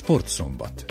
Sportszombat.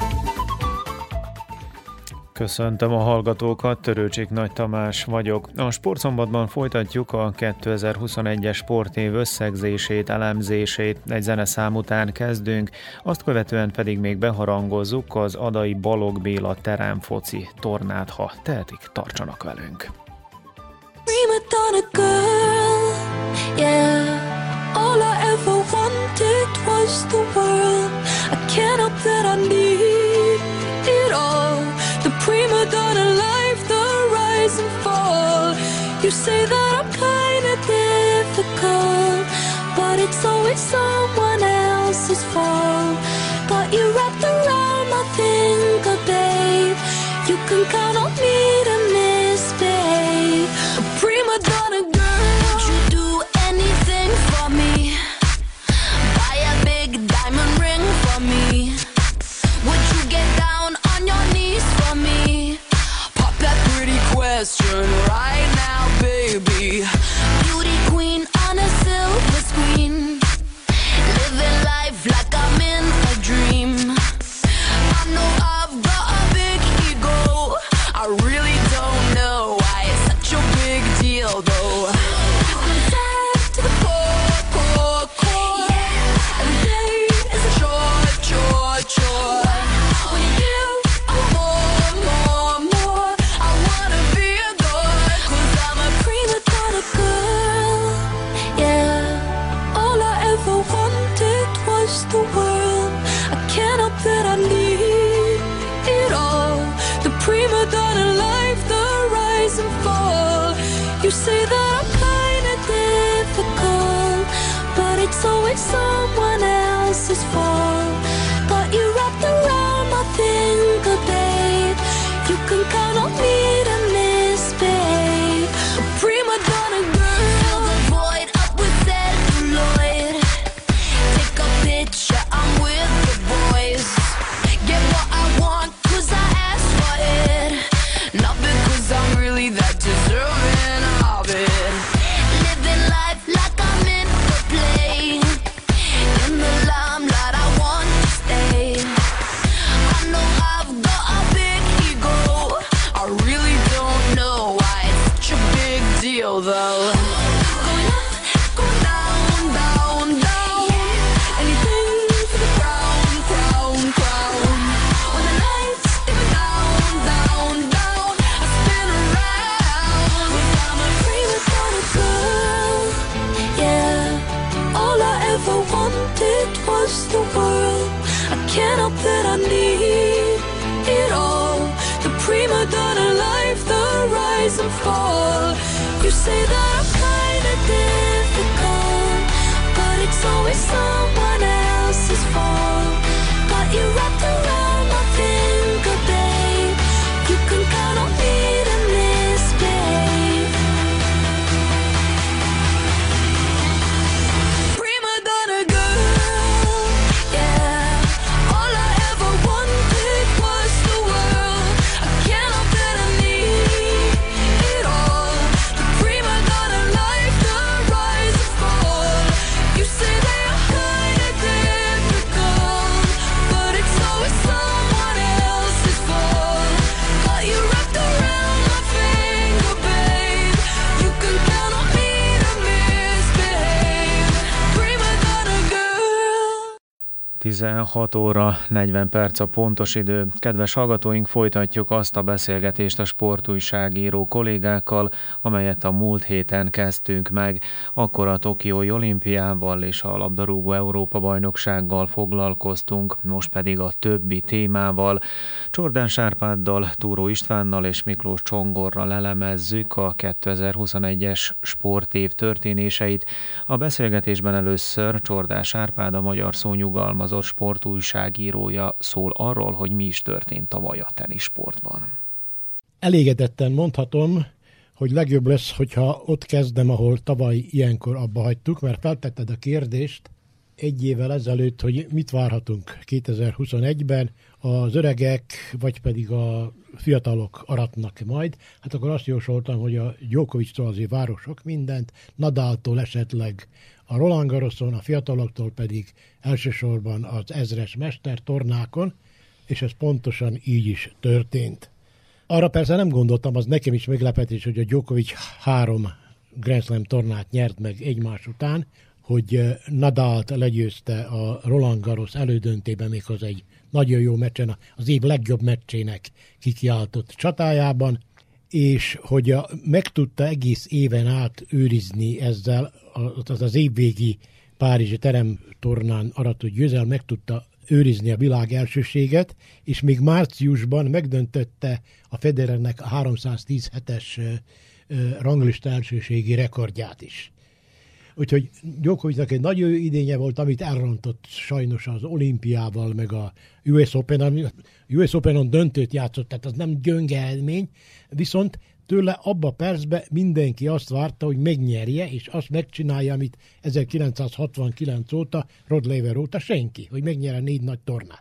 Köszöntöm a hallgatókat, Törőcsik Nagy Tamás vagyok. A Sportszombatban folytatjuk a 2021-es sportév összegzését, elemzését. Egy zeneszám után kezdünk, azt követően pedig még beharangozzuk az Adai Balogh Béla teremfoci tornát, ha tehetik, tartsanak velünk. Prima donna girl, yeah. All I ever wanted was the world. I can't help that I need it all. The prima donna life, the rise and fall. You say that I'm kinda difficult, but it's always someone else's fault. Got you wrapped around my finger, babe. You can count on me to misbehave. A prima donna girl, would you do anything for me? Buy a big diamond ring for me. Would you get down on your knees for me? Pop that pretty question right now, baby. Beauty queen on a silver screen, living life like I'm in a dream. I know I've got a big ego, I really don't know why it's such a big deal though. I'm sad to the core, core, core. Every day is a chore, chore, chore. When you want more, more, I wanna be adored, 'cause I'm a prima donna girl, yeah. All I ever wanted was the world. I can't help that I need it all. The prima donna life, the rise and fall. You say that I'm kinda difficult, but it's always someone else's fault. Got you wrapped around my finger, babe. You can count on me to misbehave. A prima donna girl, fill the void up with celluloid. Take a picture, I'm with the boys. Get what I want, 'cause I asked for it. Not because I'm really that deserving of it. Living life like I'm in for play. In the limelight I want to stay. I know I've got a big ego, I really don't know why it's such a big deal though. Going up, going down, down, down. Anything for the crown, crown, crown. When the lights dip me down, down, down, I spin around. 'Cause I'm a prima donna girl, yeah. All I ever wanted was the world. I can't help that I need it all. The prima donna life, the rise and fall. You say that I'm kinda difficult, but it's always someone else's fault. Got you wrapped around my finger, babe. You can count on me to misbehave. Prima donna girl, yeah. All I ever wanted was the world. I can't help that I need it all. The prima donna life, the rise and fall. You say that I'm kinda difficult, but it's always someone else's fault. Got you wrapped around my finger, babe. You can count on me to misbehave. Prima donna girl. 16 óra 40 perc a pontos idő. Kedves hallgatóink, folytatjuk azt a beszélgetést a sportújságíró kollégákkal, amelyet a múlt héten kezdtünk meg. Akkor a Tokiói olimpiával és a labdarúgó Európa-bajnoksággal foglalkoztunk, most pedig a többi témával. Csordán Sárpáddal, Túró Istvánnal és Miklós Csongorral elemezzük a 2021-es sportév történéseit. A beszélgetésben először Csordán Sárpád, a Magyar Szó nyugalmazott sportújságírója szól arról, hogy mi is történt tavaly a teniszsportban. Elégedetten mondhatom, hogy legjobb lesz, hogyha ott kezdem, ahol tavaly ilyenkor abba hagytuk, mert feltetted a kérdést, egy évvel ezelőtt, hogy mit várhatunk 2021-ben, az öregek, vagy pedig a fiatalok aratnak majd, hát akkor azt jósoltam, hogy a Djokovictól azért várok sok mindent, Nadaltól esetleg a Roland Garroson, a fiataloktól pedig elsősorban az ezres mestertornákon, és ez pontosan így is történt. Arra persze nem gondoltam, az nekem is meglepetés, hogy a Djokovic 3 Grand Slam tornát nyert meg egymás után, hogy Nadalt legyőzte a Roland Garros elődöntében, méghozzá egy nagyon jó meccsen, az év legjobb meccsének kikiáltott csatájában, és hogy meg tudta egész éven át őrizni ezzel az évvégi párizsi teremtornán aratott győzelem, meg tudta őrizni a világ elsőséget, és még márciusban megdöntötte a Federernek a 310 hetes ranglista elsőségi rekordját is. Úgyhogy Djokovicnak egy nagyon jó idénye volt, amit elrontott sajnos az olimpiával, meg a US Open. US Openon döntőt játszott, tehát az nem gyönge eredmény, viszont tőle abba a percben mindenki azt várta, hogy megnyerje, és azt megcsinálja, amit 1969 óta, Rod Laver óta senki, hogy megnyerje 4 nagy tornát.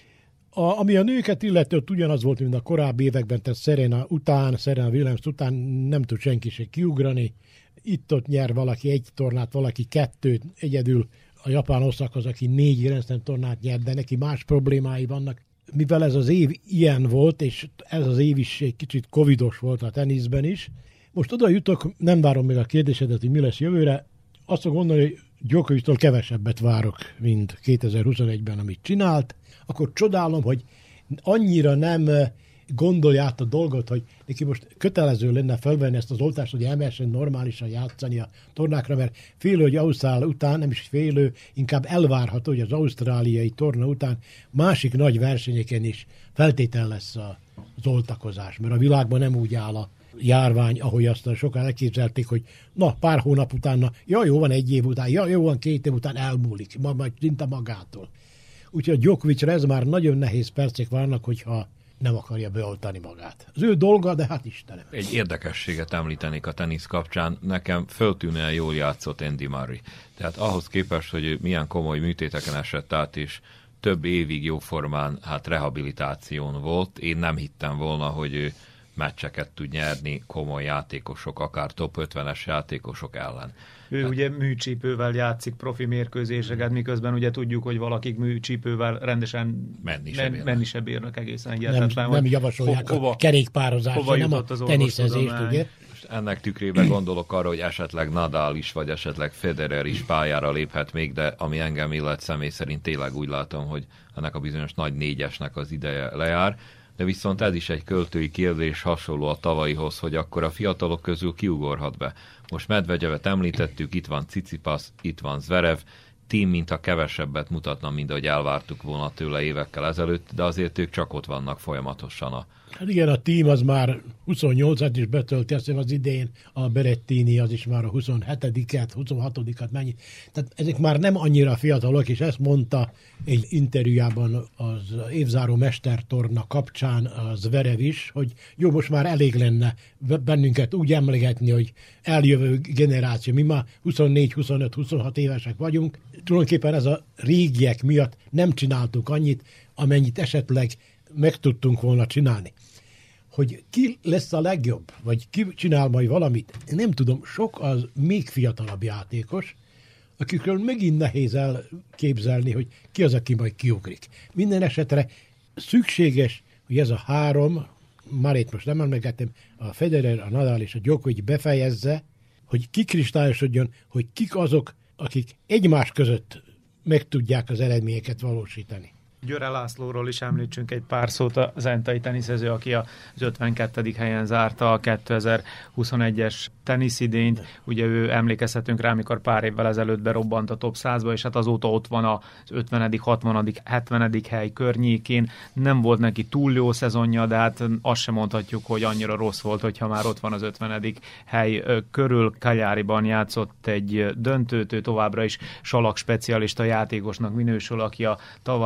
Ami a nőket illetőt ugyanaz volt, mint a korábbi években, tehát Serena Williams után nem tud senki se kiugrani. Itt-ott nyer valaki 1 tornát, valaki 2, egyedül a japán Osaka az, aki 4 Grand Slam tornát nyert, de neki más problémái vannak. Mivel ez az év ilyen volt, és ez az év is egy kicsit covidos volt a teniszben is, most oda jutok, nem várom még a kérdésedet, hogy mi lesz jövőre, azt fogom mondani, hogy Djokovictól kevesebbet várok, mint 2021-ben, amit csinált, akkor csodálom, hogy annyira nem gondolja át a dolgot, hogy neki most kötelező lenne felvenni ezt az oltást, hogy elmehessen normálisan játszani a tornákra, mert félő, hogy Ausztrál után, nem is félő, inkább elvárható, hogy az ausztráliai torna után másik nagy versenyeken is feltétel lesz az oltakozás, mert a világban nem úgy áll a járvány, ahogy azt sokan elképzelték, hogy na, pár hónap utána, jó van 1 év után, jó van 2 év után elmúlik, majd szinte magától. Úgyhogy a Djokovicra ez már nagyon nehéz percek várnak, hogyha nem akarja beoltani magát. Az ő dolga, de hát Istenem. Egy érdekességet említenék a tenisz kapcsán. Nekem föltűnően jól játszott Andy Murray. Tehát ahhoz képest, hogy milyen komoly műtéteken esett át, és több évig jóformán rehabilitáción volt, én nem hittem volna, hogy ő meccseket tud nyerni komoly játékosok, akár top 50-es játékosok ellen. Ő ugye műcsípővel játszik profi mérkőzéseket, miközben ugye tudjuk, hogy valakik műcsípővel rendesen menni se bírnak egészen egyáltalán. Nem javasolják a kerékpározásra, nem a teniszezést, ugye? Ennek tükrében gondolok arra, hogy esetleg Nadal is, vagy esetleg Federer is pályára léphet még, de ami engem illet személy szerint tényleg úgy látom, hogy ennek a bizonyos nagy 4-esnek az ideje lejár. De viszont ez is egy költői kérdés, hasonló a tavalyihoz, hogy akkor a fiatalok közül kiugorhat be. Most Medvegyevet említettük, itt van Tsitsipas, itt van Zverev, Thiem mintha kevesebbet mutatna, mint ahogy elvártuk volna tőle évekkel ezelőtt, de azért ők csak ott vannak folyamatosan. Hát igen, a Thiem az már 28-at is betölti, azt hiszem az idén, a Berrettini az is már a 27-et, 26-at mennyi. Tehát ezek már nem annyira fiatalok, és ezt mondta egy interjújában az évzáró mestertorna kapcsán a Zverev is, hogy jó, most már elég lenne bennünket úgy emlegetni, hogy eljövő generáció, mi már 24, 25, 26 évesek vagyunk. Tulajdonképpen ez a régiek miatt nem csináltuk annyit, amennyit esetleg meg tudtunk volna csinálni. Hogy ki lesz a legjobb, vagy ki csinál majd valamit, nem tudom, sok az még fiatalabb játékos, akikről megint nehéz elképzelni, hogy ki az, aki majd kiugrik. Minden esetre szükséges, hogy ez a 3, már itt most nem emlegettem, a Federer, a Nadal és a Djokovic befejezze, hogy kikristályosodjon, hogy kik azok, akik egymás között meg tudják az eredményeket valósítani. Győre Lászlóról is említsünk egy pár szót, a zentai teniszező, aki az 52. helyen zárta a 2021-es teniszidényt. Ugye ő, emlékezhetünk rá, amikor pár évvel ezelőtt berobbant a top 100-ba, és hát azóta ott van az 50., 60., 70. hely környékén. Nem volt neki túl jó szezonja, de hát azt sem mondhatjuk, hogy annyira rossz volt, hogyha már ott van az 50. hely körül. Cagliariban játszott egy döntőt, ő továbbra is salak specialista játékosnak minősül, aki a tavaszi,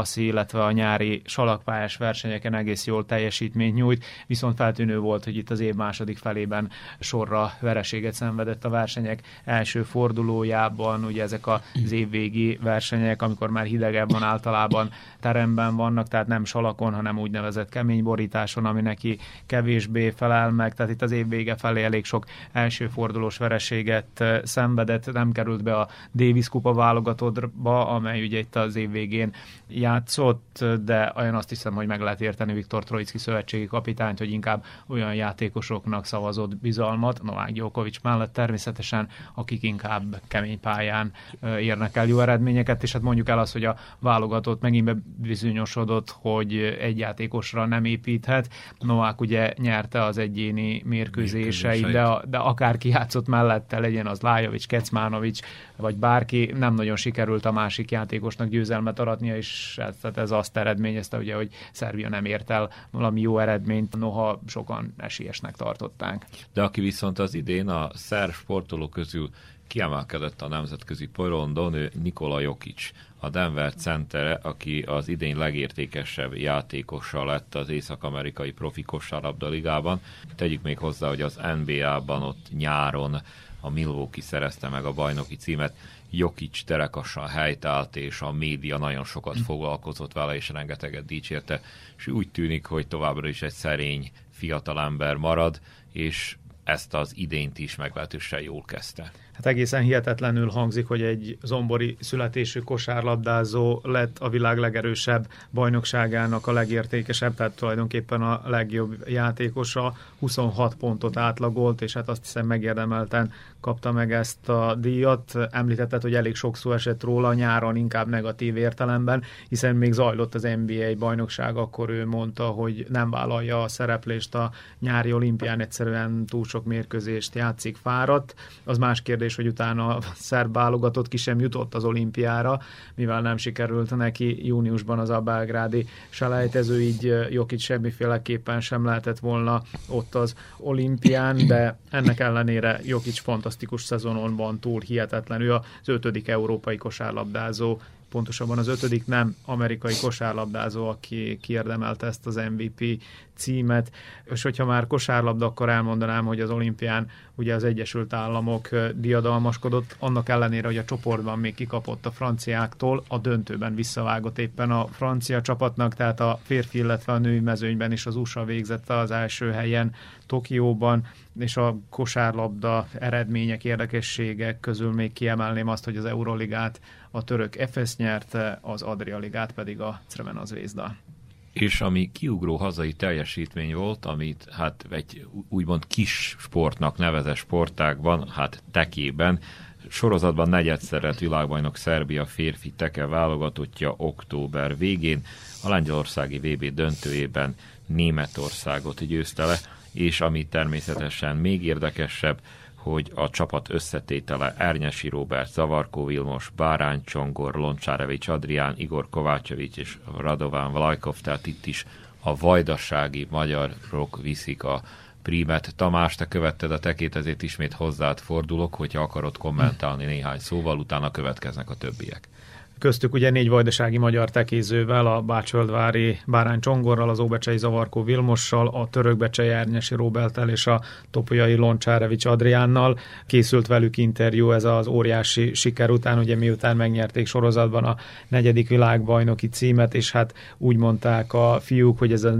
illetve a nyári salakpályás versenyeken egész jól teljesítményt nyújt, viszont feltűnő volt, hogy itt az év második felében sorra vereséget szenvedett a versenyek első fordulójában. Ugye ezek az évvégi versenyek, amikor már hidegebb van, általában teremben vannak, tehát nem salakon, hanem úgynevezett kemény borításon, ami neki kevésbé felel meg. Tehát itt az év vége felé elég sok első fordulós vereséget szenvedett, nem került be a Davis kupa válogatottba, amely ugye itt az év végén játszott, de olyan azt hiszem, hogy meg lehet érteni Viktor Trojicki szövetségi kapitányt, hogy inkább olyan játékosoknak szavazott bizalmat, Novák Djokovic mellett természetesen, akik inkább kemény pályán érnek el jó eredményeket, és hát mondjuk el azt, hogy a válogatott megint bebizonyosodott, hogy egy játékosra nem építhet. Novák ugye nyerte az egyéni mérkőzéseit, de akárki játszott mellette, legyen az Lajovic, Kecmanovic, vagy bárki, nem nagyon sikerült a másik játékosnak győzelmet aratnia, és ez azt eredményezte, ugye, hogy Szerbia nem ért el valami jó eredményt, noha sokan esélyesnek tartották. De aki viszont az idén a szerb sportoló közül kiemelkedett a nemzetközi porondon, ő Nikola Jokic, a Denver centere, aki az idén legértékesebb játékosa lett az észak-amerikai profi kosárlabda ligában. Tegyük még hozzá, hogy az NBA-ban ott nyáron a Milwaukee szerezte meg a bajnoki címet. Jokic derekasan helytált, és a média nagyon sokat foglalkozott vele, és rengeteget dicsérte, és úgy tűnik, hogy továbbra is egy szerény fiatalember marad, és ezt az idényt is meglehetősen jól kezdte. Hát egészen hihetetlenül hangzik, hogy egy zombori születésű kosárlabdázó lett a világ legerősebb bajnokságának a legértékesebb, tehát tulajdonképpen a legjobb játékosa, 26 pontot átlagolt, és hát azt hiszem megérdemelten kapta meg ezt a díjat. Említetted, hogy elég sok szó esett róla nyáron, inkább negatív értelemben, hiszen még zajlott az NBA bajnokság, akkor ő mondta, hogy nem vállalja a szereplést a nyári olimpián, egyszerűen túl sok mérkőzést játszik, fáradt. Az más kérdés, hogy utána a szerb válogatott ki sem jutott az olimpiára, mivel nem sikerült neki júniusban az a belgrádi selejtező, így Jokic semmiféleképpen sem lehetett volna ott az olimpián, de ennek ellenére Jokic fantasztikus szezonon van túl, hihetetlen. Ő az 5. európai kosárlabdázó, pontosabban az 5. nem amerikai kosárlabdázó, aki kiérdemelte ezt az MVP címet, és hogyha már kosárlabda, akkor elmondanám, hogy az olimpián ugye az Egyesült Államok diadalmaskodott, annak ellenére, hogy a csoportban még kikapott a franciáktól, a döntőben visszavágott éppen a francia csapatnak, tehát a férfi, illetve a női mezőnyben is az USA végzett az első helyen Tokióban, és a kosárlabda eredmények, érdekességek közül még kiemelném azt, hogy az Euroligát a török Efes nyerte, az Adria Ligát pedig a Crvena Zvezda. És ami kiugró hazai teljesítmény volt, amit hát egy úgymond kis sportnak nevezett sportágban, hát tekében, sorozatban negyedszer lett világbajnok Szerbia férfi teke válogatottja október végén, a lengyelországi VB döntőjében Németországot győzte le, és ami természetesen még érdekesebb, hogy a csapat összetétele Ernyesi Róbert, Zavarkó Vilmos, Bárány Csongor, Loncsárevics Adrián, Igor Kovácsovics és Radován Vlajkov, tehát itt is a vajdasági magyarok viszik a prímet. Tamás, te követted a tekét, ezért ismét hozzád fordulok, hogyha akarod kommentálni néhány szóval, utána következnek a többiek. Köztük ugye 4 vajdasági magyar tekézővel, a bácsföldvári Bárány Csongorral, az óbecsei Zavarkó Vilmossal, a törökbecsei Ernyesi Róberttel és a topolyai Loncsárevics Adriánnal készült velük interjú, ez az óriási siker után, ugye miután megnyerték sorozatban a 4. világbajnoki címet, és hát úgy mondták a fiúk, hogy ez a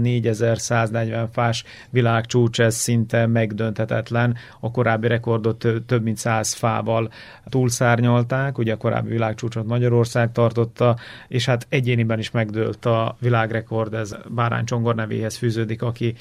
4140 fás világcsúcs, ez szinte megdönthetetlen, a korábbi rekordot több mint 100 fával túlszárnyalták, ugye a korábbi világcsúcsot Magyarország tartotta, és hát egyéniben is megdőlt a világrekord, ez Bárány Csongor nevéhez fűződik, aki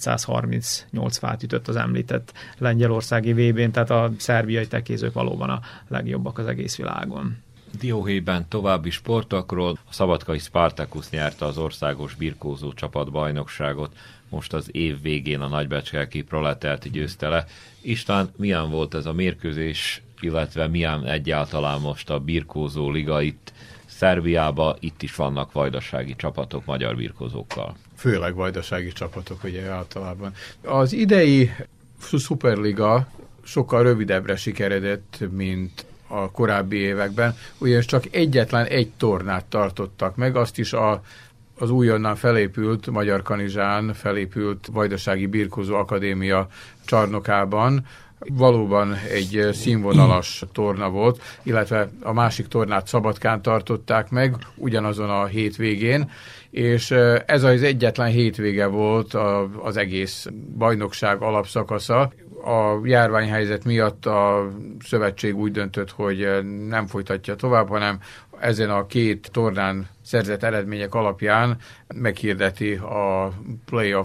738 fát ütött az említett lengyelországi VB-n, tehát a szerbiai tekézők valóban a legjobbak az egész világon. Dióhéjban további sportokról, a szabadkai Spartacus nyerte az országos birkózó csapat bajnokságot, most az év végén a nagybecskelki Proletert győzte le. István, milyen volt ez a mérkőzés, illetve milyen egyáltalán most a birkózó liga itt Szerbiában, itt is vannak vajdasági csapatok magyar birkózókkal? Főleg vajdasági csapatok ugye általában. Az idei szuperliga sokkal rövidebbre sikeredett, mint a korábbi években, ugyanis csak egyetlen egy tornát tartottak meg, azt is a az újonnan felépült, Magyar Kanizsán felépült Vajdasági Birkózó Akadémia csarnokában. Valóban egy színvonalas torna volt, illetve a másik tornát Szabadkán tartották meg, ugyanazon a hétvégén, és ez az egyetlen hétvége volt az egész bajnokság alapszakasza. A járványhelyzet miatt a szövetség úgy döntött, hogy nem folytatja tovább, hanem ezen a két tornán szerzett eredmények alapján meghirdeti a playoff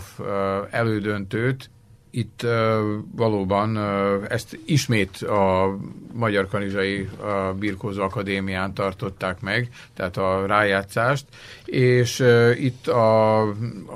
elődöntőt. Itt valóban ezt ismét a Magyar Kanizsai Birkózó Akadémián tartották meg, tehát a rájátszást, és itt a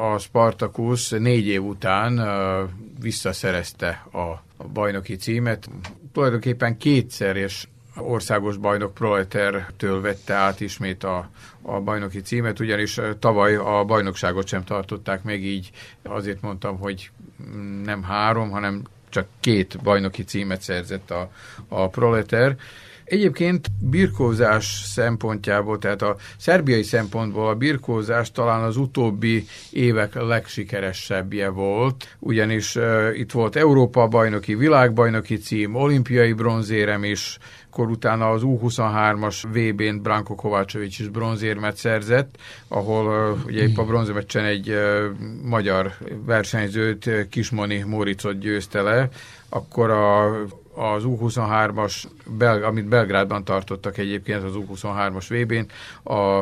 Spartacus 4 év után visszaszerezte a bajnoki címet. Tulajdonképpen kétszeres országos bajnok Proletertől vette át ismét a bajnoki címet, ugyanis tavaly a bajnokságot sem tartották meg, így azért mondtam, hogy nem 3, hanem csak 2 bajnoki címet szerzett a Proleter. Egyébként birkózás szempontjából, tehát a szerbiai szempontból a birkózás talán az utóbbi évek legsikeresebbje volt, ugyanis itt volt Európa-bajnoki, világbajnoki cím, olimpiai bronzérem is, akkor utána az U23-as VB-n Branko Kovácsovics is bronzérmet szerzett, ahol ugye épp a bronzmeccsen egy magyar versenyzőt, Kismoni Móricot győzte le, akkor az U23-as, amit Belgrádban tartottak egyébként az U23-as VB-n, a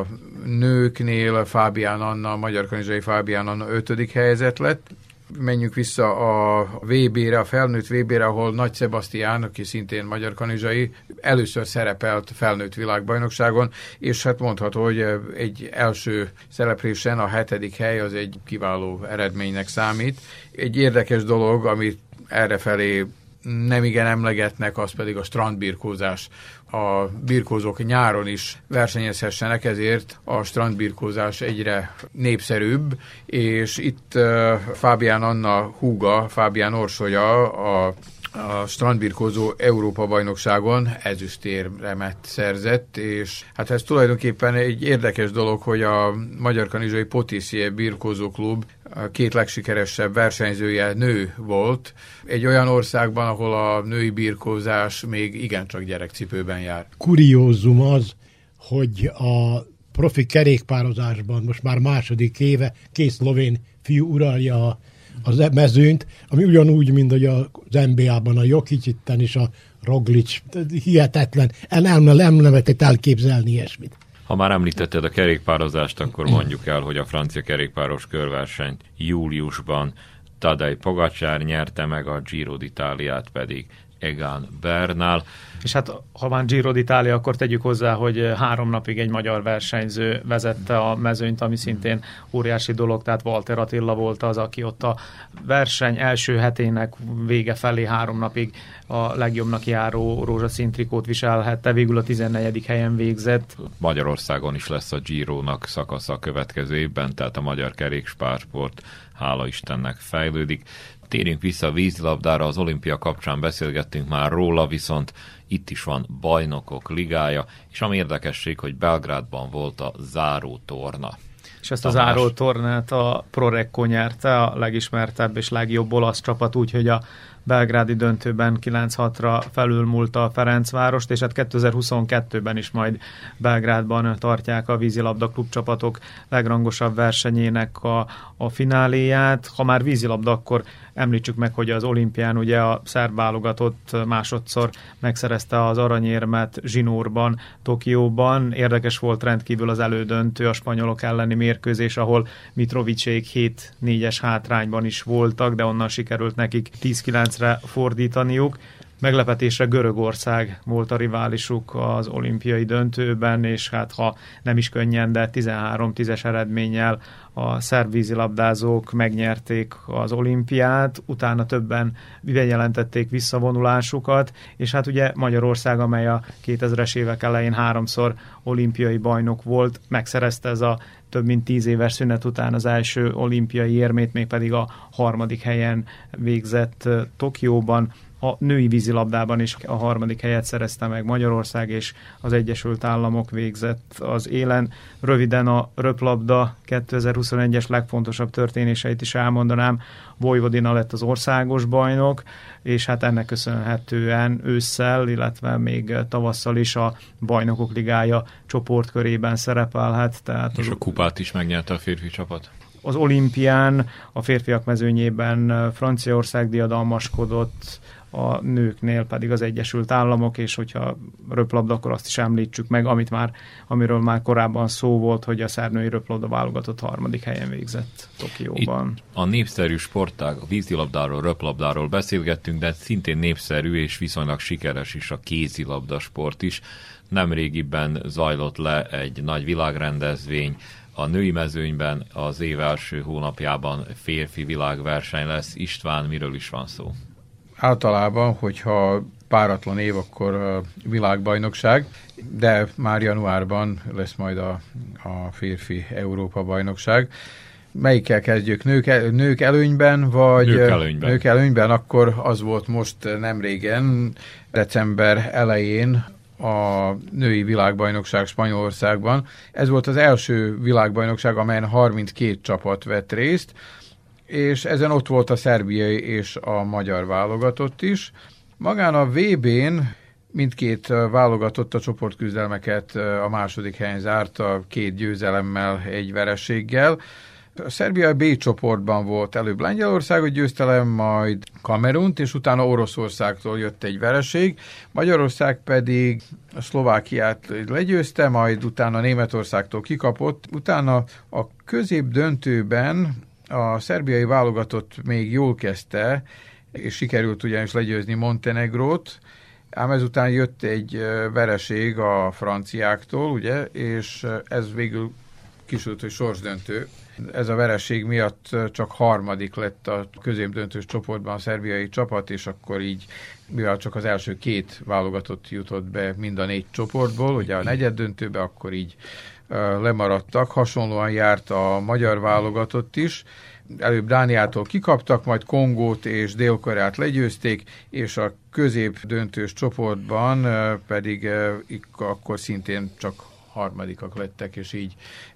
nőknél Fábián Anna, a Magyar Kanizsai Fábián Anna 5. helyezett lett. Menjünk vissza a VB-re, a felnőtt VB-re, ahol Nagy Sebastián, aki szintén magyar kanizsai, először szerepelt felnőtt világbajnokságon, és hát mondható, hogy egy első szereplésen a 7. hely az egy kiváló eredménynek számít. Egy érdekes dolog, amit errefelé nem igen emlegetnek, az pedig a strandbirkózás. A birkózók nyáron is versenyezhessenek, ezért a strandbirkózás egyre népszerűbb, és itt Fábián Anna húga, Fábián Orsolya a strandbirkózó Európa-bajnokságon ezüstérmet szerzett, és hát ez tulajdonképpen egy érdekes dolog, hogy a Magyar Kanizsai Potiszje Birkózó Klub a 2 legsikeresebb versenyzője nő volt, egy olyan országban, ahol a női birkózás még igencsak gyerekcipőben jár. Kuriózum az, hogy a profi kerékpározásban most már 2. éve 2 szlovén fiú uralja az mezőnyt, ami ugyanúgy, mint hogy az NBA-ban a Jokic, itten is a Roglic, hihetetlen, nem lehetett elképzelni ilyesmit. Ha már említetted a kerékpározást, akkor mondjuk el, hogy a francia kerékpáros körversenyt júliusban Tadej Pogačar nyerte meg, a Giro d'Italiát pedig Egan Bernal. És hát, ha már Giro d'Italia, akkor tegyük hozzá, hogy 3 napig egy magyar versenyző vezette a mezőnyt, ami szintén óriási dolog, tehát Walter Attila volt az, aki ott a verseny első hetének vége felé 3 napig a legjobbnak járó rózsaszín trikót viselhette, végül a 14. helyen végzett. Magyarországon is lesz a Girónak szakasza a következő évben, tehát a magyar kerékpársport hála Istennek fejlődik. Térjünk vissza a vízilabdára, az olimpia kapcsán beszélgettünk már róla, viszont itt is van bajnokok ligája, és ami érdekesség, hogy Belgrádban volt a záró torna. És ezt a záró tornát a Prorecco nyerte, a legismertebb és legjobb olasz csapat, úgyhogy a belgrádi döntőben 9-6-ra felülmúlta a Ferencvárost, és hát 2022-ben is majd Belgrádban tartják a vízilabda klubcsapatok legrangosabb versenyének a fináléját. Ha már vízilabda, akkor említsük meg, hogy az olimpián ugye a szerb válogatott másodszor megszerezte az aranyérmet zsinórban, Tokióban. Érdekes volt rendkívül az elődöntő, a spanyolok elleni mérkőzés, ahol Mitrovicsék 7-4-es hátrányban is voltak, de onnan sikerült nekik 10-9-re fordítaniuk. Meglepetésre Görögország volt a riválisuk az olimpiai döntőben, és hát ha nem is könnyen, de 13-10-es eredménnyel a szerb vízilabdázók megnyerték az olimpiát, utána többen bejelentették visszavonulásukat, és hát ugye Magyarország, amely a 2000-es évek elején 3-szor olimpiai bajnok volt, megszerezte ez a több mint 10 éves szünet után az első olimpiai érmét, mégpedig a 3. helyen végzett Tokióban. A női vízilabdában is a 3. helyet szerezte meg Magyarország, és az Egyesült Államok végzett az élen. Röviden a röplabda 2021-es legfontosabb történéseit is elmondanám. Vojvodina lett az országos bajnok, és hát ennek köszönhetően ősszel, illetve még tavasszal is a Bajnokok Ligája csoportkörében szerepelhet. Tehát és a kupát is megnyerte a férfi csapat? Az olimpián, a férfiak mezőnyében Franciaország diadalmaskodott, a nőknél pedig az Egyesült Államok, és hogyha röplabda, akkor azt is említsük meg, amiről már korábban szó volt, hogy a szerb-női röplabda válogatott 3. helyen végzett Tokióban. Itt a népszerű sportág, a vízilabdáról, röplabdáról beszélgettünk, de szintén népszerű és viszonylag sikeres is a kézilabda sport is. Nemrégiben zajlott le egy nagy világrendezvény, a női mezőnyben az év első hónapjában férfi világverseny lesz. István, miről is van szó? Általában, hogyha páratlan év, akkor világbajnokság, de már januárban lesz majd a férfi Európa-bajnokság. Melyikkel kezdjük? Nők előnyben, vagy... Nők előnyben, akkor az volt most nem régen, december elején a női világbajnokság Spanyolországban. Ez volt az első világbajnokság, amelyen 32 csapat vett részt, és ezen ott volt a szerbiai és a magyar válogatott is. Magán a VB-n mindkét válogatott a csoportküzdelmeket a második helyen zárta, 2 győzelemmel, 1 vereséggel. A Szerbia B csoportban volt előbb Lengyelországot győztelem, majd Kamerunt, és utána Oroszországtól jött egy vereség. Magyarország pedig a Szlovákiát legyőzte, majd utána Németországtól kikapott. Utána a középdöntőben a szerbiai válogatott még jól kezdte, és sikerült ugyanis legyőzni Montenegrót, ám ezután jött egy vereség a franciáktól, ugye, és ez végül kisült, hogy sorsdöntő. Ez a vereség miatt csak 3. lett a középdöntős csoportban a szerbiai csapat, és akkor így, mivel csak az első 2 válogatott jutott be mind a 4 csoportból, ugye a negyeddöntőbe, akkor így lemaradtak. Hasonlóan járt a magyar válogatott is. Előbb Dániától kikaptak, majd Kongót és Dél-Koreát legyőzték, és a középdöntős csoportban pedig akkor szintén csak 3. lettek, és így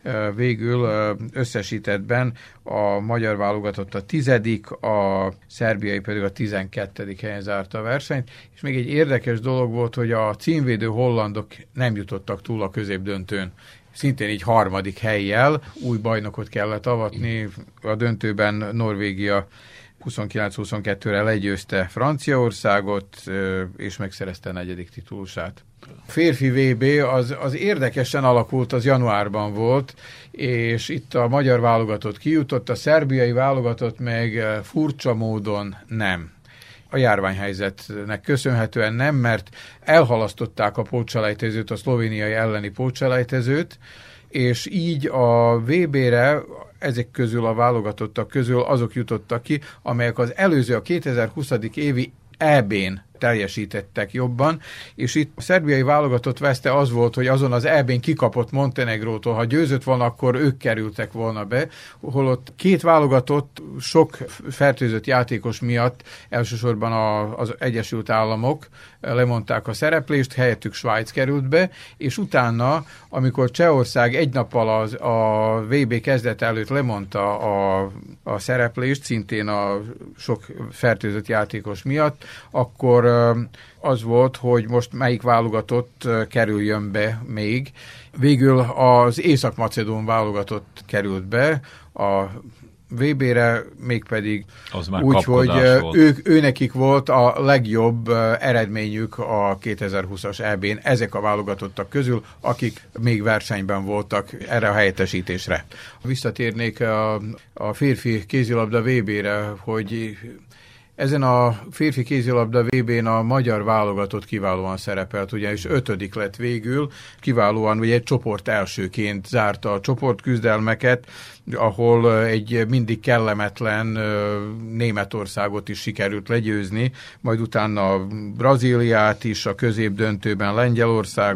végül összesítettben a magyar válogatott a 10., a szerbiai pedig a 12. helyen zárta a versenyt, és még egy érdekes dolog volt, hogy a címvédő hollandok nem jutottak túl a középdöntőn. Szintén így 3. hellyel új bajnokot kellett avatni. A döntőben Norvégia 29-22-re legyőzte Franciaországot, és megszerezte a 4. titulusát. A férfi VB az érdekesen alakult, az januárban volt, és itt a magyar válogatott kijutott, a szerbiai válogatott meg furcsa módon nem. A járványhelyzetnek köszönhetően nem, mert elhalasztották a pótselejtezőt, a szlovéniai elleni pótselejtezőt, és így a VB-re ezek közül a válogatottak közül azok jutottak ki, amelyek az előző, a 2020. évi EB-n teljesítettek jobban, és itt a szerbiai válogatott veszte az volt, hogy azon az EB-n kikapott Montenegrótól, ha győzött volna, akkor ők kerültek volna be, holott 2 válogatott sok fertőzött játékos miatt, elsősorban az Egyesült Államok lemondták a szereplést, helyettük Svájc került be, és utána, amikor Csehország egy nappal a VB kezdete előtt lemondta a szereplést, szintén a sok fertőzött játékos miatt, akkor az volt, hogy most melyik válogatott kerüljön be még. Végül az Észak-Macedón válogatott került be a VB-re, mégpedig úgy, hogy őnekik volt a legjobb eredményük a 2020-as EB-n, ezek a válogatottak közül, akik még versenyben voltak erre a helyettesítésre. Visszatérnék a férfi kézilabda VB-re, hogy ezen a férfi kézilabda VB-n a magyar válogatott kiválóan szerepelt, ugyanis 5. lett végül, kiválóan ugye egy csoport elsőként zárta a csoportküzdelmeket, ahol egy mindig kellemetlen Németországot is sikerült legyőzni, majd utána Brazíliát is, a középdöntőben Lengyelországot,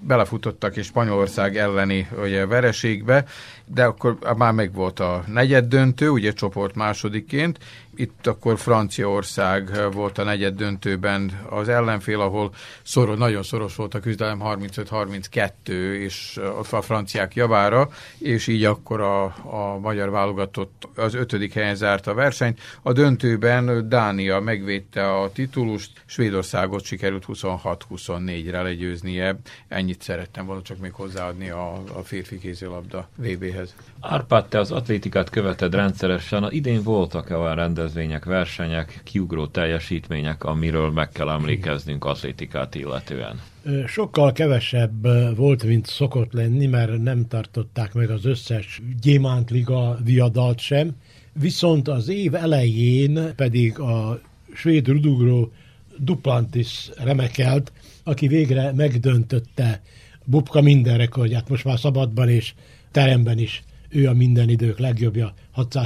belefutottak és Spanyolország elleni ugye, vereségbe, de akkor már megvolt a negyeddöntő, ugye csoport másodiként. Itt akkor Franciaország volt a negyeddöntőben az ellenfél, ahol nagyon szoros volt a küzdelem, 35-32, és a franciák javára, és így akkor a magyar válogatott az 5. helyen zárt a versenyt. A döntőben Dánia megvédte a titulust, Svédországot sikerült 26-24-re legyőznie. Ennyit szerettem volna csak még hozzáadni a férfi kézilabda VB-hez. Árpád, te az atlétikát követed rendszeresen. Idén voltak-e olyan rendezvények, versenyek, kiugró teljesítmények, amiről meg kell emlékeznünk atlétikát illetően? Sokkal kevesebb volt, mint szokott lenni, mert nem tartották meg az összes gyémántliga diadalt sem. Viszont az év elején pedig a svéd rödugró Duplantis remekelt, aki végre megdöntötte Bubka minden rekordját, most már szabadban és teremben is. Ő a minden idők legjobbja,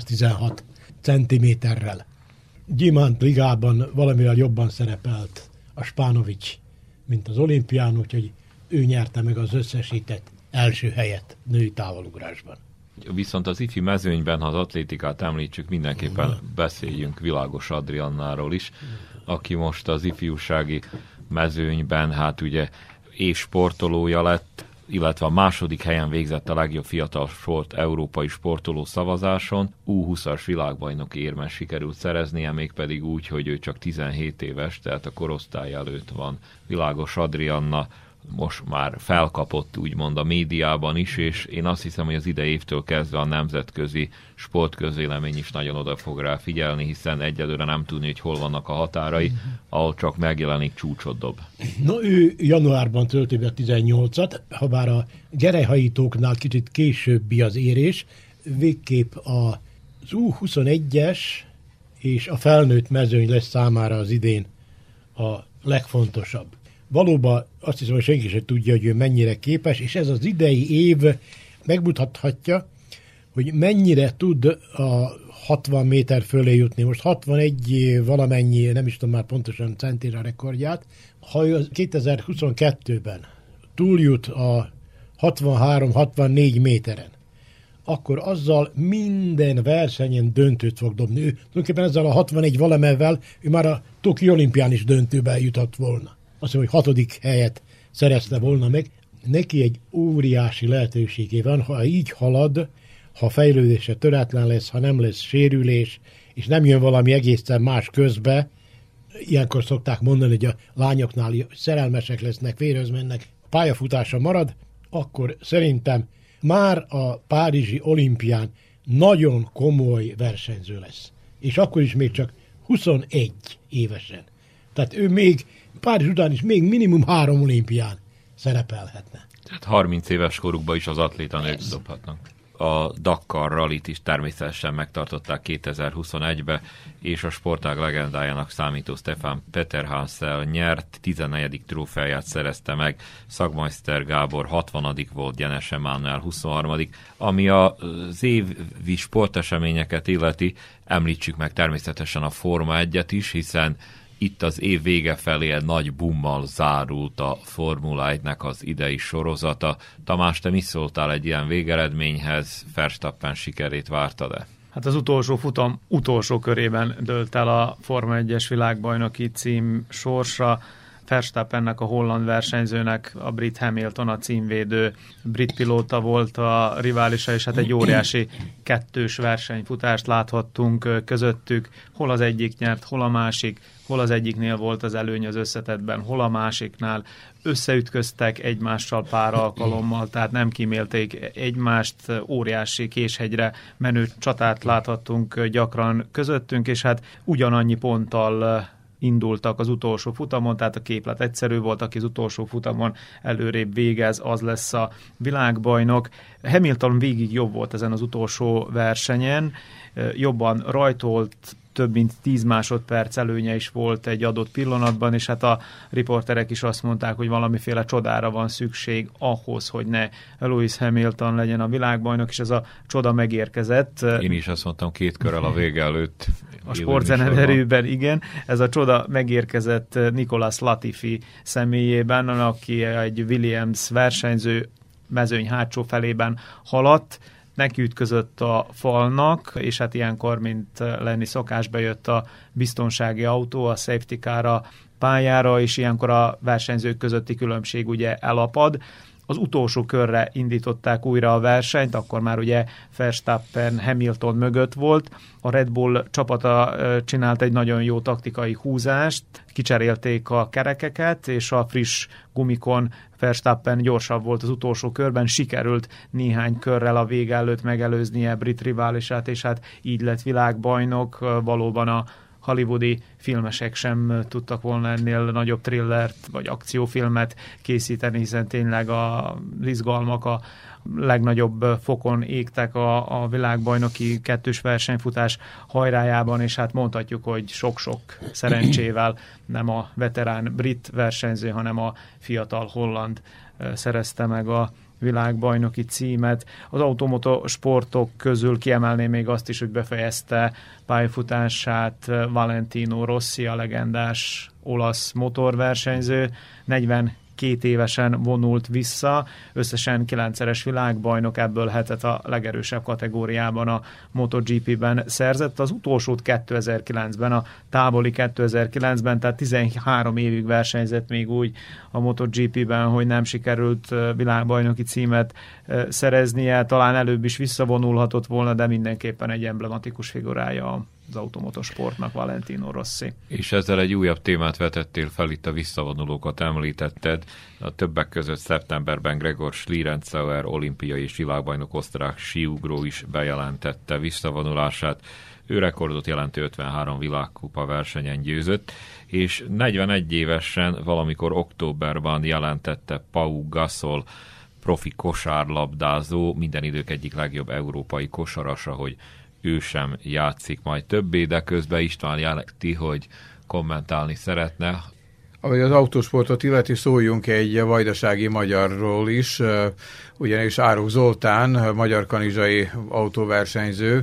616 centiméterrel. Gyémánt ligában valamivel jobban szerepelt a Spánovics, mint az olimpián, úgyhogy ő nyerte meg az összesített első helyet női távolugrásban. Viszont az ifi mezőnyben, ha az atlétikát említsük, mindenképpen beszéljünk Világos Adriannáról is, aki most az ifjúsági mezőnyben, hát ugye évsportolója lett, illetve a második helyen végzett a legjobb fiatal európai sportoló szavazáson. U20-as világbajnoki érmet sikerült szereznie, mégpedig úgy, hogy ő csak 17 éves, tehát a korosztály előtt van. Világos Adrianna most már felkapott úgymond a médiában is, és én azt hiszem, hogy az idei évtől kezdve a nemzetközi sportközvélemény is nagyon oda fog rá figyelni, hiszen egyelőre nem tudni, hogy hol vannak a határai, ahol csak megjelenik, csúcsot dob. No, ő januárban tölti be 18-at, habár a gerelyhajítóknál kicsit későbbi az érés, végképp az U21-es és a felnőtt mezőny lesz számára az idén a legfontosabb. Valóban azt hiszem, hogy senki sem tudja, hogy ő mennyire képes, és ez az idei év megmutathatja, hogy mennyire tud a 60 méter fölé jutni. Most 61 valamennyi, nem is tudom már pontosan centire rekordját. Ha ő 2022-ben túljut a 63-64 méteren, akkor azzal minden versenyen döntőt fog dobni. Ő tulajdonképpen ezzel a 61 valamelyvel ő már a Tokió olimpián is döntőbe jutott volna. Azt mondom, hogy 6. helyet szerezte volna meg. Neki egy óriási lehetőségé van, ha így halad, ha fejlődése töretlen lesz, ha nem lesz sérülés, és nem jön valami egészen más közbe. Ilyenkor szokták mondani, hogy a lányoknál szerelmesek lesznek, vérhöz mennek, a pályafutása marad, akkor szerintem már a párizsi olimpián nagyon komoly versenyző lesz. És akkor is még csak 21 évesen. Tehát ő még Párizs után is még minimum 3 olimpián szerepelhetne. Tehát 30 éves korukban is az atlétanők dobhatnak. A Dakar rallit is természetesen megtartották 2021-be, és a sportág legendájának számító Stefan Peterhansel nyert, 14. trófeáját szerezte meg, Szagmeister Gábor 60. volt, Gyenes Emánuel 23. Ami az évi sporteseményeket illeti, említsük meg természetesen a Forma 1-et is, hiszen itt az év vége felé egy nagy bummal zárult a Formula 1-nek az idei sorozata. Tamás, te mi szóltál egy ilyen végeredményhez? Verstappen sikerét vártad-e? Hát az utolsó futam utolsó körében dőlt el a Forma 1-es világbajnoki cím sorsa. Verstappennek, a holland versenyzőnek, a brit Hamilton, a címvédő brit pilóta volt a riválisa, és hát egy óriási kettős versenyfutást láthattunk közöttük. Hol az egyik nyert, hol a másik, hol az egyiknél volt az előny az összetettben, hol a másiknál. Összeütköztek egymással pár alkalommal, tehát nem kímélték egymást, óriási késhegyre menő csatát láthattunk gyakran közöttünk, és hát ugyanannyi ponttal indultak az utolsó futamon, tehát a képlet egyszerű volt, aki az utolsó futamon előrébb végez, az lesz a világbajnok. Hamilton végig jobb volt ezen az utolsó versenyen, jobban rajtolt, több mint 10 másodperc előnye is volt egy adott pillanatban, és hát a riporterek is azt mondták, hogy valamiféle csodára van szükség ahhoz, hogy ne Lewis Hamilton legyen a világbajnok, és ez a csoda megérkezett. Én is azt mondtam 2 körrel a vége előtt. A sportzeneverőben, igen. Ez a csoda megérkezett Nicolas Latifi személyében, aki egy Williams versenyző, mezőny hátsó felében haladt, nekiütközött a falnak, és hát ilyenkor, mint lenni szokás, bejött a biztonsági autó, a safety car a pályára, és ilyenkor a versenyzők közötti különbség ugye elapad. Az utolsó körre indították újra a versenyt, akkor már ugye Verstappen Hamilton mögött volt. A Red Bull csapata csinált egy nagyon jó taktikai húzást, kicserélték a kerekeket, és a friss gumikon Verstappen gyorsabb volt az utolsó körben, sikerült néhány körrel a vége előtt megelőznie brit riválisát, és hát így lett világbajnok. Valóban a hollywoodi filmesek sem tudtak volna ennél nagyobb thrillert vagy akciófilmet készíteni, hiszen tényleg az izgalmak a legnagyobb fokon égtek a világbajnoki kettős versenyfutás hajrájában, és hát mondhatjuk, hogy sok-sok szerencsével nem a veterán brit versenyző, hanem a fiatal holland szerezte meg a világbajnoki címet. Az automoto sportok közül kiemelném még azt is, hogy befejezte pályafutását Valentino Rossi, a legendás olasz motorversenyző. 42 évesen vonult vissza, összesen 9-szeres világbajnok, ebből 7-et a legerősebb kategóriában, a MotoGP-ben szerzett. Az utolsót 2009-ben, a távoli 2009-ben, tehát 13 évig versenyzett még úgy a MotoGP-ben, hogy nem sikerült világbajnoki címet szereznie. Talán előbb is visszavonulhatott volna, de mindenképpen egy emblematikus figurája az automotosportnak Valentino Rossi. És ezzel egy újabb témát vetettél fel, itt a visszavonulókat említetted. A többek között szeptemberben Gregor Schlierenzauer olimpiai és világbajnok osztrák síugró is bejelentette visszavonulását. Ő rekordot jelentő 53 világkupa versenyen győzött, és 41 évesen valamikor októberben jelentette Pau Gasol, profi kosárlabdázó, minden idők egyik legjobb európai kosarasa, hogy ő sem játszik majd többé, de közben István jelenti, hogy kommentálni szeretne. Ahogy az autósportot illeti, szóljunk egy vajdasági magyarról is, ugyanis Árok Zoltán, magyar-kanizsai autóversenyző,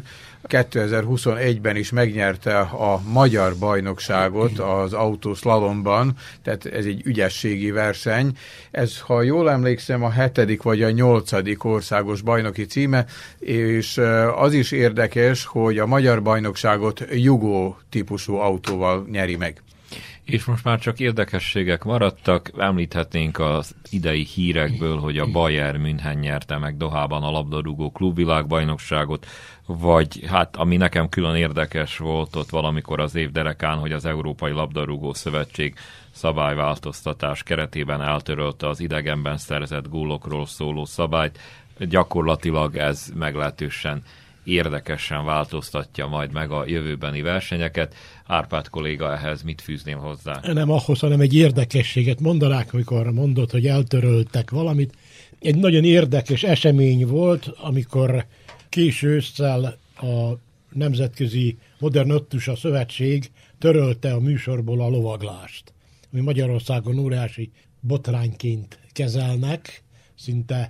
2021-ben is megnyerte a magyar bajnokságot az autószlalomban, tehát ez egy ügyességi verseny. Ez, ha jól emlékszem, a 7. vagy a 8. országos bajnoki címe, és az is érdekes, hogy a magyar bajnokságot jugó típusú autóval nyeri meg. És most már csak érdekességek maradtak, említhetnénk az idei hírekből, hogy a Bayern München nyerte meg Dohában a labdarúgó klubvilágbajnokságot, vagy hát ami nekem külön érdekes volt ott valamikor az év derekán, hogy az Európai Labdarúgó Szövetség szabályváltoztatás keretében eltörölte az idegenben szerzett gólokról szóló szabályt. Gyakorlatilag ez meglehetősen érdekesen változtatja majd meg a jövőbeni versenyeket. Árpád kolléga, ehhez mit fűzném hozzá? Nem ahhoz, hanem egy érdekességet mondanák, amikor mondod, hogy eltöröltek valamit. Egy nagyon érdekes esemény volt, amikor késő ősszel a Nemzetközi Modern Öttusa Szövetség törölte a műsorból a lovaglást, ami Magyarországon óriási botrányként kezelnek, szinte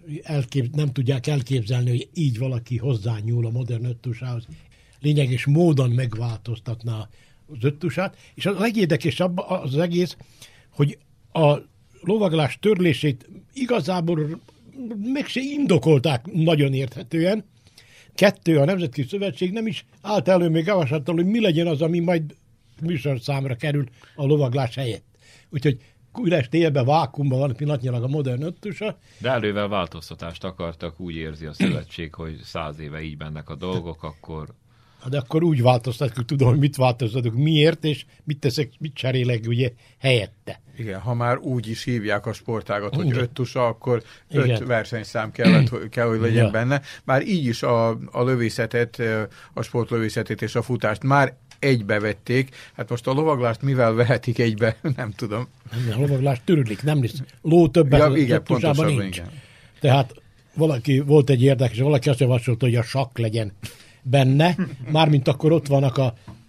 nem tudják elképzelni, hogy így valaki hozzányúl a modern öttusához. Lényeges módon megváltoztatná az öttusát, és a legérdekesebb az egész, hogy a lovaglás törlését igazából meg se indokolták nagyon érthetően. 2, a Nemzetközi Szövetség nem is állt elő még javaslattal, hogy mi legyen az, ami majd műsorszámra kerül a lovaglás helyett. Úgyhogy üres télbe, vákumban van pillanatnyilag a modern öttusa. De elővel változtatást akartak, úgy érzi a szövetség, hogy 100 éve így mennek a dolgok, akkor... De akkor úgy változtatjuk, tudom, hogy mit változtatok, miért, és mit teszek, mit cserélek ugye helyette. Igen, ha már úgy is hívják a sportágat, hogy öttusa, akkor 5 versenyszám kell, hogy legyen benne. Már így is a lövészetet, a sportlövészetét és a futást már egybevették. Hát most a lovaglást mivel vehetik egybe, nem tudom. A lovaglást törlik, nem lesz. Ló többet öttusában nincs. Igen. Tehát volt egy érdekes, valaki azt javasolta, hogy a sakk legyen benne, mármint akkor ott vannak a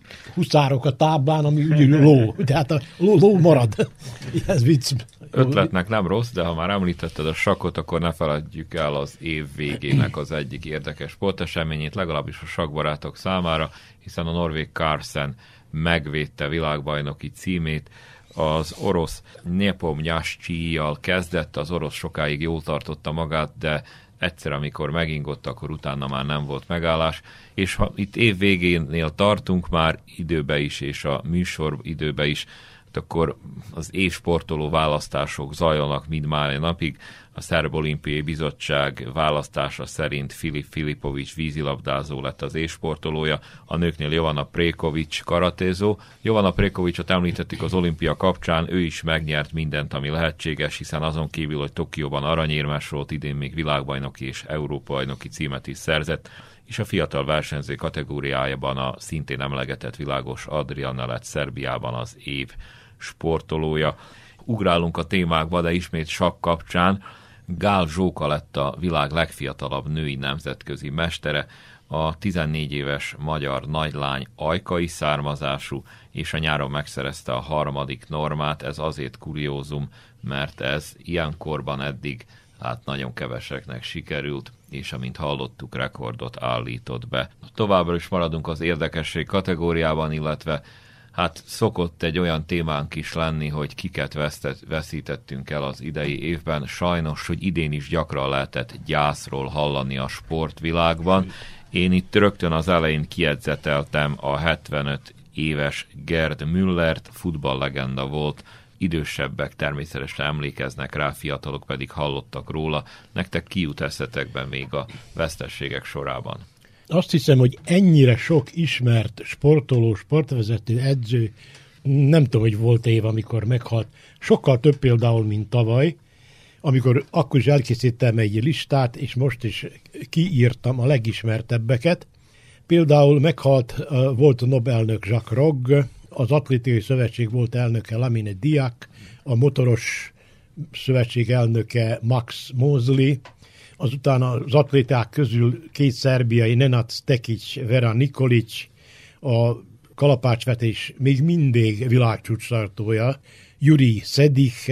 huszárok a táblán, ami úgy ló. Tehát a ló marad. Ez vicc. Ötletnek nem rossz, de ha már említetted a sakkot, akkor ne feledjük el az év végének az egyik érdekes sporteseményét, legalábbis a sakkbarátok számára, hiszen a norvég Carlsen megvédte világbajnoki címét. Az orosz Nepomniachtchijjal kezdett, az orosz sokáig jól tartotta magát, de egyszer, amikor megingott, akkor utána már nem volt megállás. És ha itt év végénél tartunk már időbe is, és a műsor időbe is, akkor az évsportoló választások zajlanak mindmáj napig. A Szerb Olimpiai Bizottság választása szerint Filip Filipovics vízilabdázó lett az évsportolója, a nőknél Jovana Prekovics karatézó. Jovana Prekovicsot említettük az olimpia kapcsán, ő is megnyert mindent, ami lehetséges, hiszen azon kívül, hogy Tokióban aranyérmes volt, idén még világbajnoki és Európa-bajnoki címet is szerzett, és a fiatal versenyző kategóriájában a szintén emlegetett Világos Adriana lett Szerbiában az év sportolója. Ugrálunk a témákba, de ismét sakk kapcsán. Gál Zsóka lett a világ legfiatalabb női nemzetközi mestere, a 14 éves magyar nagylány ajkai származású, és a nyáron megszerezte a 3. normát. Ez azért kuriózum, mert ez ilyenkorban eddig nagyon keveseknek sikerült, és amint hallottuk, rekordot állított be. Továbbra is maradunk az érdekesség kategóriában, illetve szokott egy olyan témánk is lenni, hogy kiket veszítettünk el az idei évben. Sajnos, hogy idén is gyakran lehetett gyászról hallani a sportvilágban. Én itt rögtön az elején kiedzeteltem a 75 éves Gerd Müllert, futballlegenda volt. Idősebbek természetesen emlékeznek rá, fiatalok pedig hallottak róla. Nektek ki jut eszetekben még a vesztességek sorában? Azt hiszem, hogy ennyire sok ismert sportoló, sportvezető, edző, nem tudom, hogy volt év, amikor meghalt. Sokkal több például, mint tavaly, amikor akkor is elkészítettem egy listát, és most is kiírtam a legismertebbeket. Például meghalt volt a Nobel-elnök Jacques Rogge, az Atlétikai Szövetség volt elnöke Lamine Diack, a Motoros Szövetség elnöke Max Mosley, azután az atléták közül 2 szerbiai, Nenad Stekic, Vera Nikolic, a kalapácsvetés még mindig világcsúcstartója, Juri Sedich,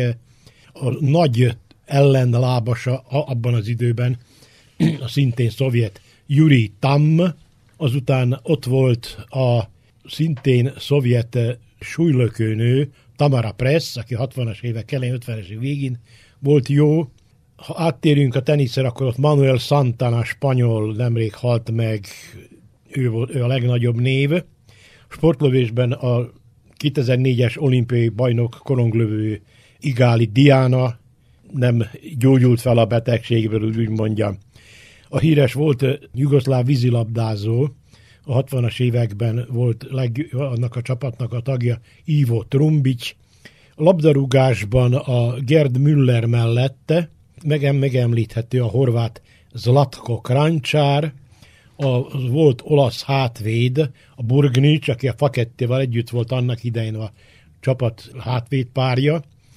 a nagy ellenlábasa abban az időben, a szintén szovjet Juri Tam, azután ott volt a szintén szovjet súlylökőnő Tamara Press, aki 60-as évek elején, 50-es évek végén volt jó. Ha áttérünk a teniszre, akkor ott Manuel Santana, spanyol, nemrég halt meg, ő a legnagyobb név. Sportlövésben a 2004-es olimpiai bajnok koronglövő Igali Diana nem gyógyult fel a betegségből, úgy mondjam. A híres volt jugoszláv vízilabdázó, a 60-as években volt annak a csapatnak a tagja Ivo Trumbic. A labdarúgásban a Gerd Müller mellette megemlíthető a horvát Zlatko Kranjčar, a volt olasz hátvéd, a Burgnics, aki a Fakettival együtt volt annak idején a csapat hátvédpárja.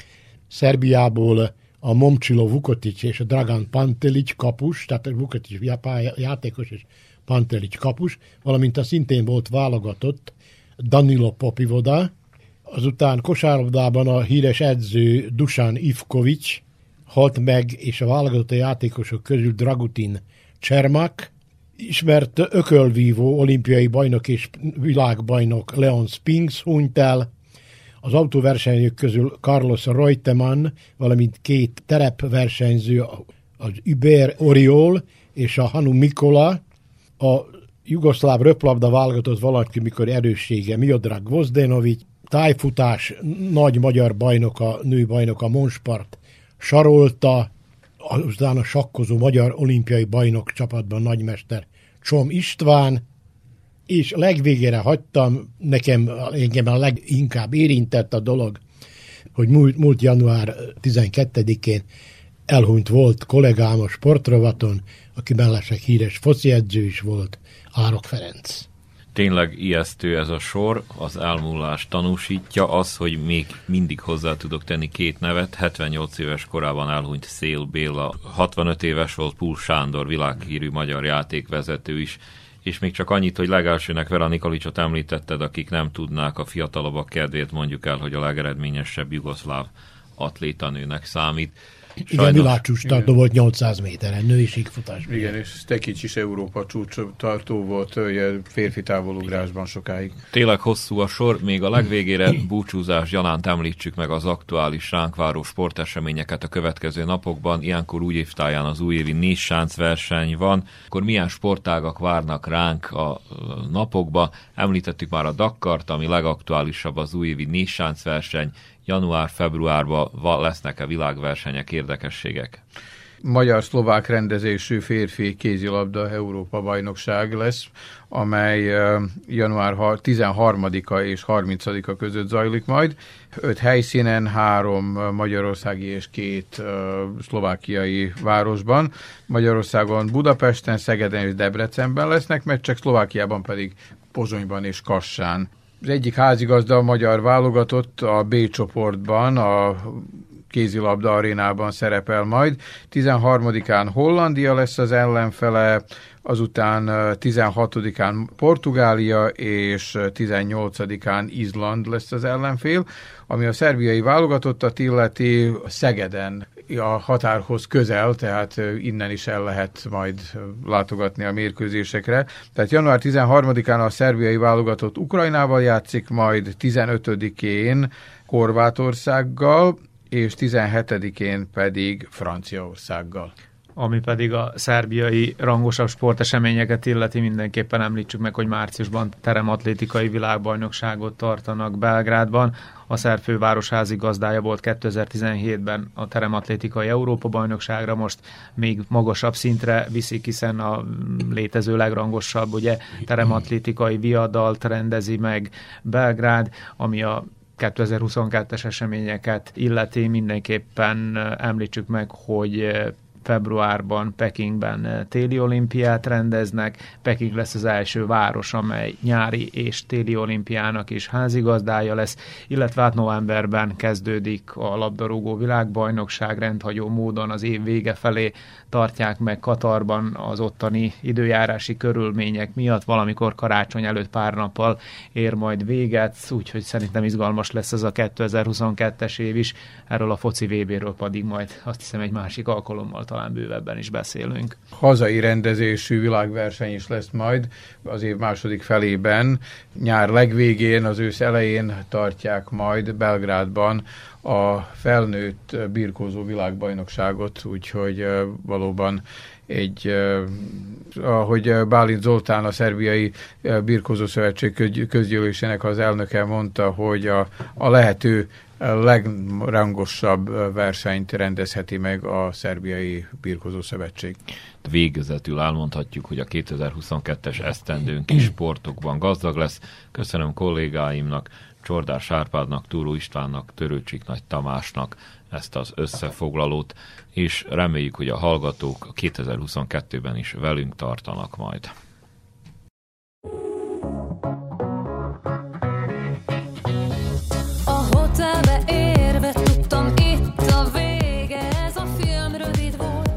Szerbiából a Momčilo Vukotić és a Dragan Pantelić kapus, tehát a Vukotić játékos és Pantelić kapus, valamint a szintén volt válogatott Danilo Popivoda. Azután kosárlabdában a híres edző Dusan Ivković halt meg, és a válogatott játékosok közül Dragutin Čermak, ismert ökölvívó olimpiai bajnok és világbajnok Leon Spinks hunyt el, az autóversenyzők közül Carlos Reutemann, valamint 2 terepversenyző, az Uber Oriol és a Hanu Mikola, a jugoszláv röplabda válogatott valaki, mikor erőssége Miodrag Gvozdenović, tájfutás nagy magyar bajnoka, nőbajnoka Monspart Sarolta, azután a sakkozó magyar olimpiai bajnok csapatban nagymester Csom István, és legvégére hagytam, engem a leginkább érintett a dolog, hogy múlt január 12-én elhunyt volt kollégám a sportrovaton, aki mellesleg híres fociedző is volt, Árok Ferenc. Tényleg ijesztő ez a sor, az elmúlás tanúsítja, az, hogy még mindig hozzá tudok tenni 2 nevet. 78 éves korában elhunyt Szél Béla, 65 éves volt Pul Sándor, világhírű magyar játékvezető is, és még csak annyit, hogy legelsőnek Vera Nikolićot említetted, akik nem tudnák, a fiatalabbak kedvéért mondjuk el, hogy a legeredményesebb jugoszláv atlétanőnek számít. Igen, világcsúcstartó volt 800 méteren, női síkfutásban. Igen, és Stekic is Európa csúcstartó volt férfi távolugrásban sokáig. Tényleg hosszú a sor, még a legvégére búcsúzás gyanánt említsük meg az aktuális ránk váró sporteseményeket a következő napokban. Ilyenkor újévtáján az újévi nézsánc verseny van. Akkor milyen sportágak várnak ránk a napokba? Említettük már a Dakart, ami legaktuálisabb az újévi nézsánc verseny. Január-februárban lesznek-e világversenyek, érdekességek? Magyar-szlovák rendezésű férfi kézilabda Európa-bajnokság lesz, amely január 13-a és 30-a között zajlik majd. 5 helyszínen, 3 magyarországi és 2 szlovákiai városban. Magyarországon Budapesten, Szegeden és Debrecenben lesznek meccsek, Szlovákiában pedig Pozsonyban és Kassán. Az egyik házigazda a magyar válogatott a B csoportban, a kézilabda arénában szerepel majd. 13-án Hollandia lesz az ellenfele, azután 16-án Portugália és 18-án Izland lesz az ellenfél, ami a szerbiai válogatottat illeti Szegeden a határhoz közel, tehát innen is el lehet majd látogatni a mérkőzésekre. Tehát január 13-án a szerbiai válogatott Ukrajnával játszik, majd 15-én Horvátországgal, és 17-én pedig Franciaországgal. Ami pedig a szerbiai rangosabb sporteseményeket illeti, mindenképpen említsük meg, hogy márciusban terematlétikai világbajnokságot tartanak Belgrádban. A szerb főváros házigazdája volt 2017-ben a terematlétikai Európa-bajnokságra, most még magasabb szintre viszik, hiszen a létező legrangosabb ugye, terematlétikai viadalt rendezi meg Belgrád, ami a 2022-es eseményeket illeti. Mindenképpen említsük meg, hogy februárban Pekingben téli olimpiát rendeznek. Peking lesz az első város, amely nyári és téli olimpiának is házigazdája lesz, illetve hát novemberben kezdődik a labdarúgó világbajnokság, rendhagyó módon az év vége felé tartják meg Katarban az ottani időjárási körülmények miatt, valamikor karácsony előtt pár nappal ér majd véget, úgyhogy szerintem izgalmas lesz ez a 2022-es év is, erről a foci VB-ről pedig majd azt hiszem egy másik alkalommal talán bővebben is beszélünk. Hazai rendezésű világverseny is lesz majd az év második felében, nyár legvégén, az ősz elején tartják majd Belgrádban a felnőtt birkózó világbajnokságot, úgyhogy valóban ahogy Bálint Zoltán, a szerbiai birkózó szövetség közgyűlésének az elnöke mondta, hogy a lehető legrangosabb versenyt rendezheti meg a szerbiai birkózó szövetség. Végezetül elmondhatjuk, hogy a 2022-es esztendőnk is sportokban gazdag lesz. Köszönöm kollégáimnak, Csordás Árpádnak, Túró Istvánnak, Törőcsik Nagy Tamásnak ezt az összefoglalót, és reméljük, hogy a hallgatók 2022-ben is velünk tartanak majd. A hotelbe érve tudtam, itt a vége, ez a film rövid volt.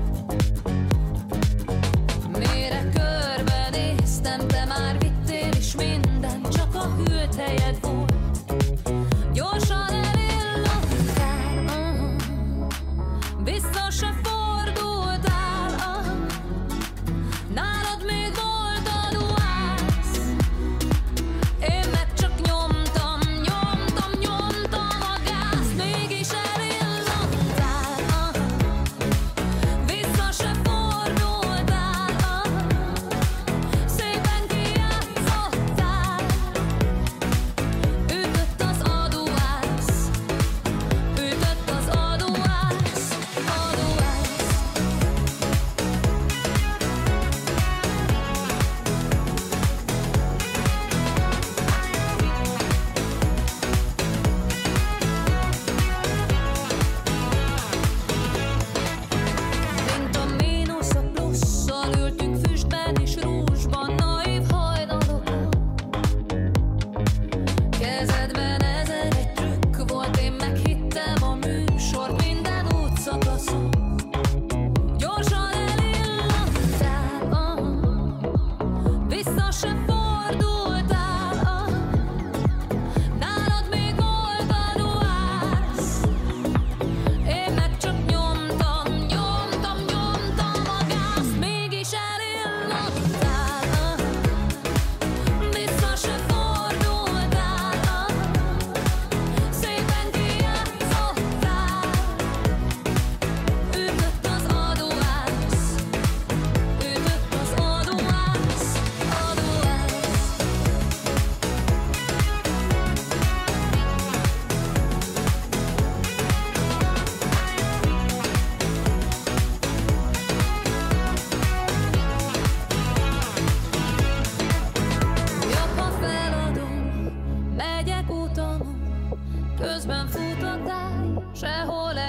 Mire körbenéztem, de már vittél is minden, csak a hűlt helyed volt. Gyorsan elillottál, vissza se fordultál, nálad még volt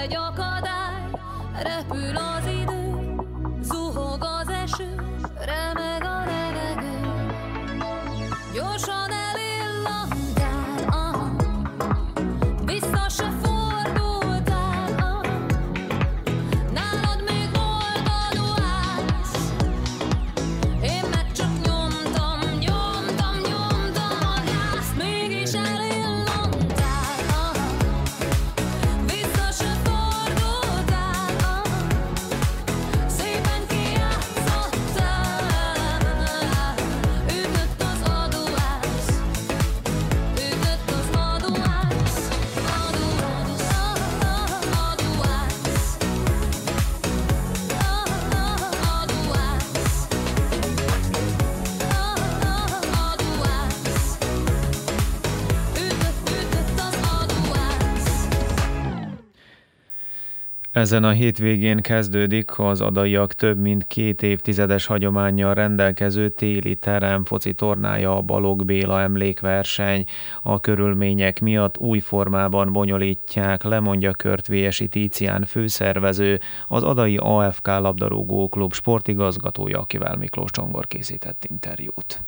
egy akadály, repül az idő, zuhog az eső, remeg a levegő. Gyorsan elillantál, vissza se fordultál, nálad még volt a duász, én meg csak nyomtam a gázt, mégis elillantál, vissza se fordultál, szépen kijátszottál, ütött az aduász, ütött az aduász, Ezen a hétvégén kezdődik az adaiak több mint 2 évtizedes hagyománnyal rendelkező téli teremfoci tornája, a Balogh Béla emlékverseny. A körülmények miatt új formában bonyolítják, lemondja Körtvélyesi Tícián főszervező, az adai AFK labdarúgó klub sportigazgatója, akivel Miklós Csongor készített interjút.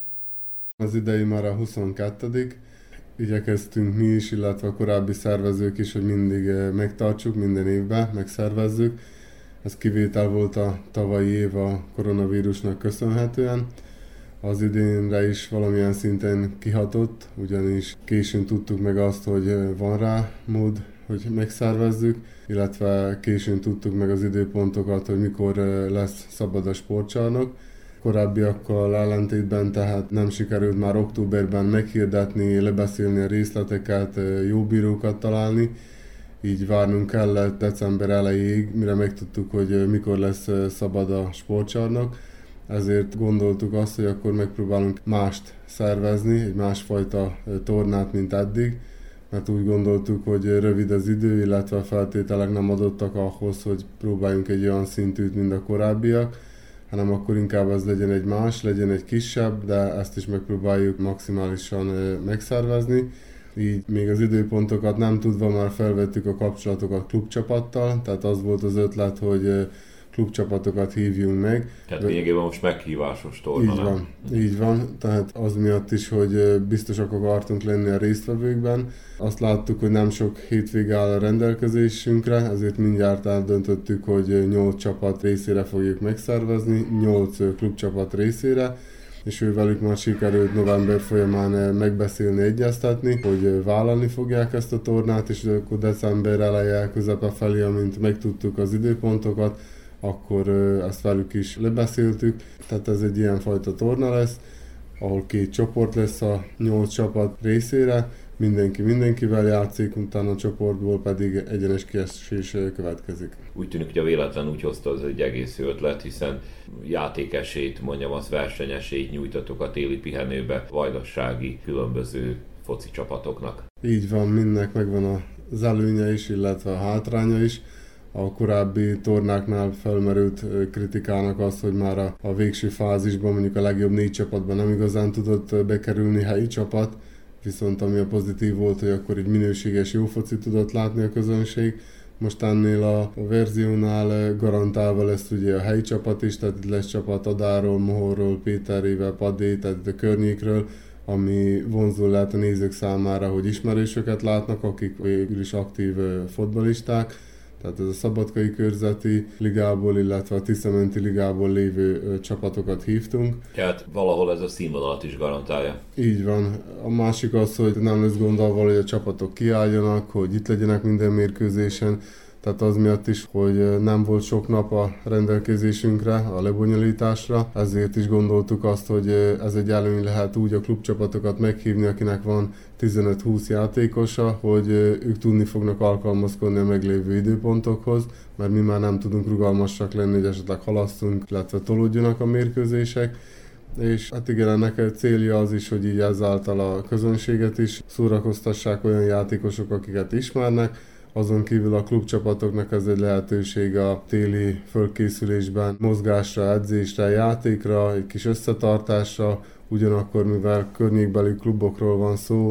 Az idei már a 22. Igyekeztünk mi is, illetve a korábbi szervezők is, hogy mindig megtartsuk, minden évben megszervezzük. Ez kivétel volt a tavalyi év a koronavírusnak köszönhetően. Az idénre is valamilyen szinten kihatott, ugyanis későn tudtuk meg azt, hogy van rá mód, hogy megszervezzük, illetve későn tudtuk meg az időpontokat, hogy mikor lesz szabad a sportcsarnok. Korábbiakkal ellentétben tehát nem sikerült már októberben meghirdetni, lebeszélni a részleteket, jó bírókat találni, így várnunk kellett december elejéig, mire megtudtuk, hogy mikor lesz szabad a sportcsarnok. Ezért gondoltuk azt, hogy akkor megpróbálunk mást szervezni, egy másfajta tornát, mint eddig, mert úgy gondoltuk, hogy rövid az idő, illetve a feltételek nem adottak ahhoz, hogy próbáljunk egy olyan szintűt, mint a korábbiak, hanem akkor inkább ez legyen egy más, legyen egy kisebb, de ezt is megpróbáljuk maximálisan megszervezni. Így még az időpontokat nem tudva már felvettük a kapcsolatokat klubcsapattal, tehát az volt az ötlet, hogy klubcsapatokat hívjunk meg. Tehát lényegében most meghívásos torna, Így van, tehát az miatt is, hogy biztosak akartunk lenni a résztvevőkben. Azt láttuk, hogy nem sok hétvége áll a rendelkezésünkre, ezért mindjárt eldöntöttük, hogy 8 csapat részére fogjuk megszervezni, 8 klubcsapat részére, és ővelük már sikerült november folyamán megbeszélni, egyeztetni, hogy vállalni fogják ezt a tornát, és akkor december eleje, közepe felé, amint megtudtuk az időpontokat, akkor ezt velük is lebeszéltük. Tehát ez egy ilyenfajta torna lesz, ahol 2 csoport lesz a 8 csapat részére, mindenki mindenkivel játszik, utána a csoportból pedig egyenes kiesés következik. Úgy tűnik, hogy a véletlen úgy hozta az egy egész jó ötlet, hiszen játékesélyt, mondjam azt, versenyesélyt nyújtatok a téli pihenőbe vajdasági különböző foci csapatoknak. Így van, mindnek megvan az előnye is, illetve a hátránya is. A korábbi tornáknál felmerült kritikának az, hogy már a végső fázisban, mondjuk a legjobb 4 csapatban nem igazán tudott bekerülni helyi csapat, viszont ami a pozitív volt, hogy akkor egy minőséges jó foci tudott látni a közönség. Most ennél a verziónál garantálva lesz ugye a helyi csapat is, tehát itt lesz csapat Adáról, Mohorról, Péterével, Padé, tehát a környékről, ami vonzó lehet a nézők számára, hogy ismerősöket látnak, akik végül is aktív fotballisták. Tehát ez a Szabadkai Körzeti ligából, illetve a Tiszamenti ligából lévő csapatokat hívtunk. Tehát valahol ez a színvonalat is garantálja. Így van. A másik az, hogy nem lesz gond avval, hogy a csapatok kiálljanak, hogy itt legyenek minden mérkőzésen. Tehát az miatt is, hogy nem volt sok nap a rendelkezésünkre, a lebonyolításra, ezért is gondoltuk azt, hogy ez egy előny lehet úgy a klubcsapatokat meghívni, akinek van 15-20 játékosa, hogy ők tudni fognak alkalmazkodni a meglévő időpontokhoz, mert mi már nem tudunk rugalmasak lenni, hogy esetleg halasszunk, illetve tolódjanak a mérkőzések. És hát igen, ennek a célja az is, hogy így ezáltal a közönséget is szórakoztassák olyan játékosok, akiket ismernek. Azon kívül a klubcsapatoknak ez egy lehetőség a téli fölkészülésben, mozgásra, edzésre, játékra, egy kis összetartásra, ugyanakkor mivel környékbeli klubokról van szó,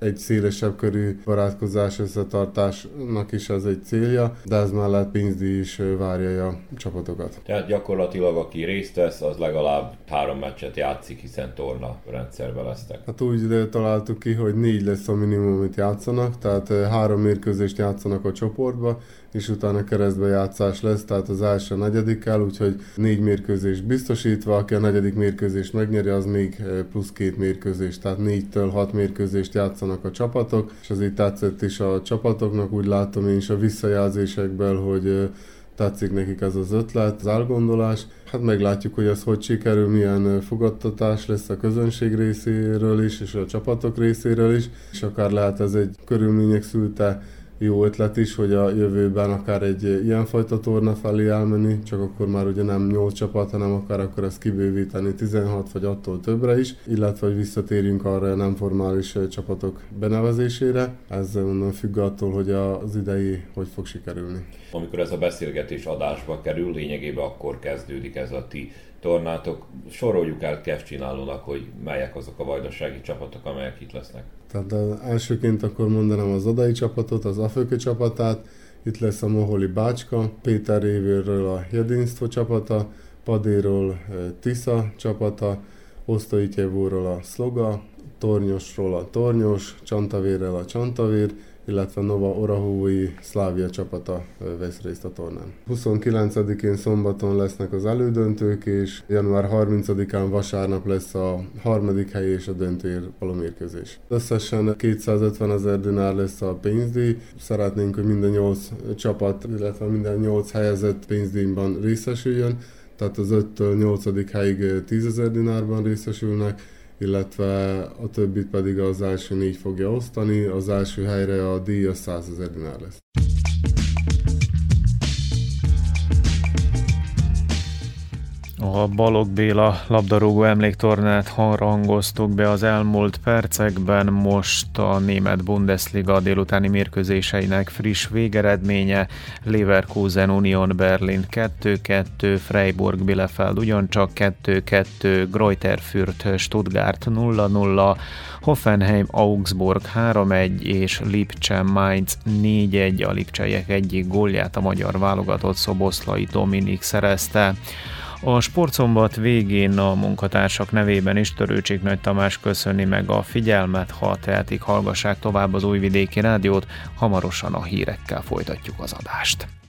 egy szélesebb körű barátkozás összetartásnak is ez egy célja, de ez mellett pénzdíj is várja a csapatokat. Tehát gyakorlatilag aki részt vesz, az legalább 3 meccset játszik, hiszen torna rendszerben lesznek. Hát úgy találtuk ki, hogy 4 lesz a minimum, amit játszanak, tehát 3 mérkőzést játszanak a csoportba, és utána keresztbe játszás lesz, tehát az első a 4-kel, úgyhogy 4 mérkőzés biztosítva, aki a 4. mérkőzést megnyeri, az még plusz 2 mérkőzés, tehát 4-től 6 mérkőzést játszanak a csapatok, és azért tetszett is a csapatoknak, úgy látom én is a visszajelzésekből, hogy tetszik nekik ez az ötlet, az elgondolás. Hát meglátjuk, hogy ez hogy sikerül, milyen fogadtatás lesz a közönség részéről is, és a csapatok részéről is, és akár lehet ez egy körülmények szülte jó ötlet is, hogy a jövőben akár egy ilyenfajta torna felé elmenni, csak akkor már ugye nem 8 csapat, hanem akár akkor ezt kibővíteni 16 vagy attól többre is, illetve hogy visszatérjünk arra a nem formális csapatok benevezésére. Ez onnan függ attól, hogy az idei hogy fog sikerülni. Amikor ez a beszélgetés adásba kerül, lényegében akkor kezdődik ez a ti tornátok. Soroljuk el kezdcsinálónak, hogy melyek azok a vajdasági csapatok, amelyek itt lesznek. Tehát elsőként akkor mondanám az Adai csapatot, az Aföke csapatát, itt lesz a Moholi Bácska, Péter révéről a Jedinstvo csapata, Padéról Tisza csapata, Osztoityevóról a Szloga, Tornyosról a Tornyos, Csantavérrel a Csantavér, illetve Nova Orahovói Szlávia csapata vesz részt a tornán. 29-én szombaton lesznek az elődöntők, és január 30-án vasárnap lesz a 3. hely és a döntőért való mérkőzés. Összesen 250 000 dinár lesz a pénzdíj. Szeretnénk, hogy minden 8 csapat, illetve minden 8 helyezett pénzdíjban részesüljön, tehát az 5-től 8. helyig 10 000 dinárban részesülnek, illetve a többit pedig az első 4 fogja osztani, az első helyre a díj a 100 000 dinár lesz. A Balogh Béla labdarúgó emléktornát harangoztuk be az elmúlt percekben, most a német Bundesliga délutáni mérkőzéseinek friss végeredménye: Leverkusen Union Berlin 2-2, Freiburg Bielefeld ugyancsak 2-2, Greuther Fürth Stuttgart 0-0, Hoffenheim Augsburg 3-1 és Lipcse Mainz 4-1. A lipcseiek egyik gólját a magyar válogatott Szoboszlai Dominik szerezte. A Sportszombat végén a munkatársak nevében is Törőcsik Nagy Tamás köszöni meg a figyelmet, ha tehetik, hallgassák tovább az Újvidéki Rádiót, hamarosan a hírekkel folytatjuk az adást.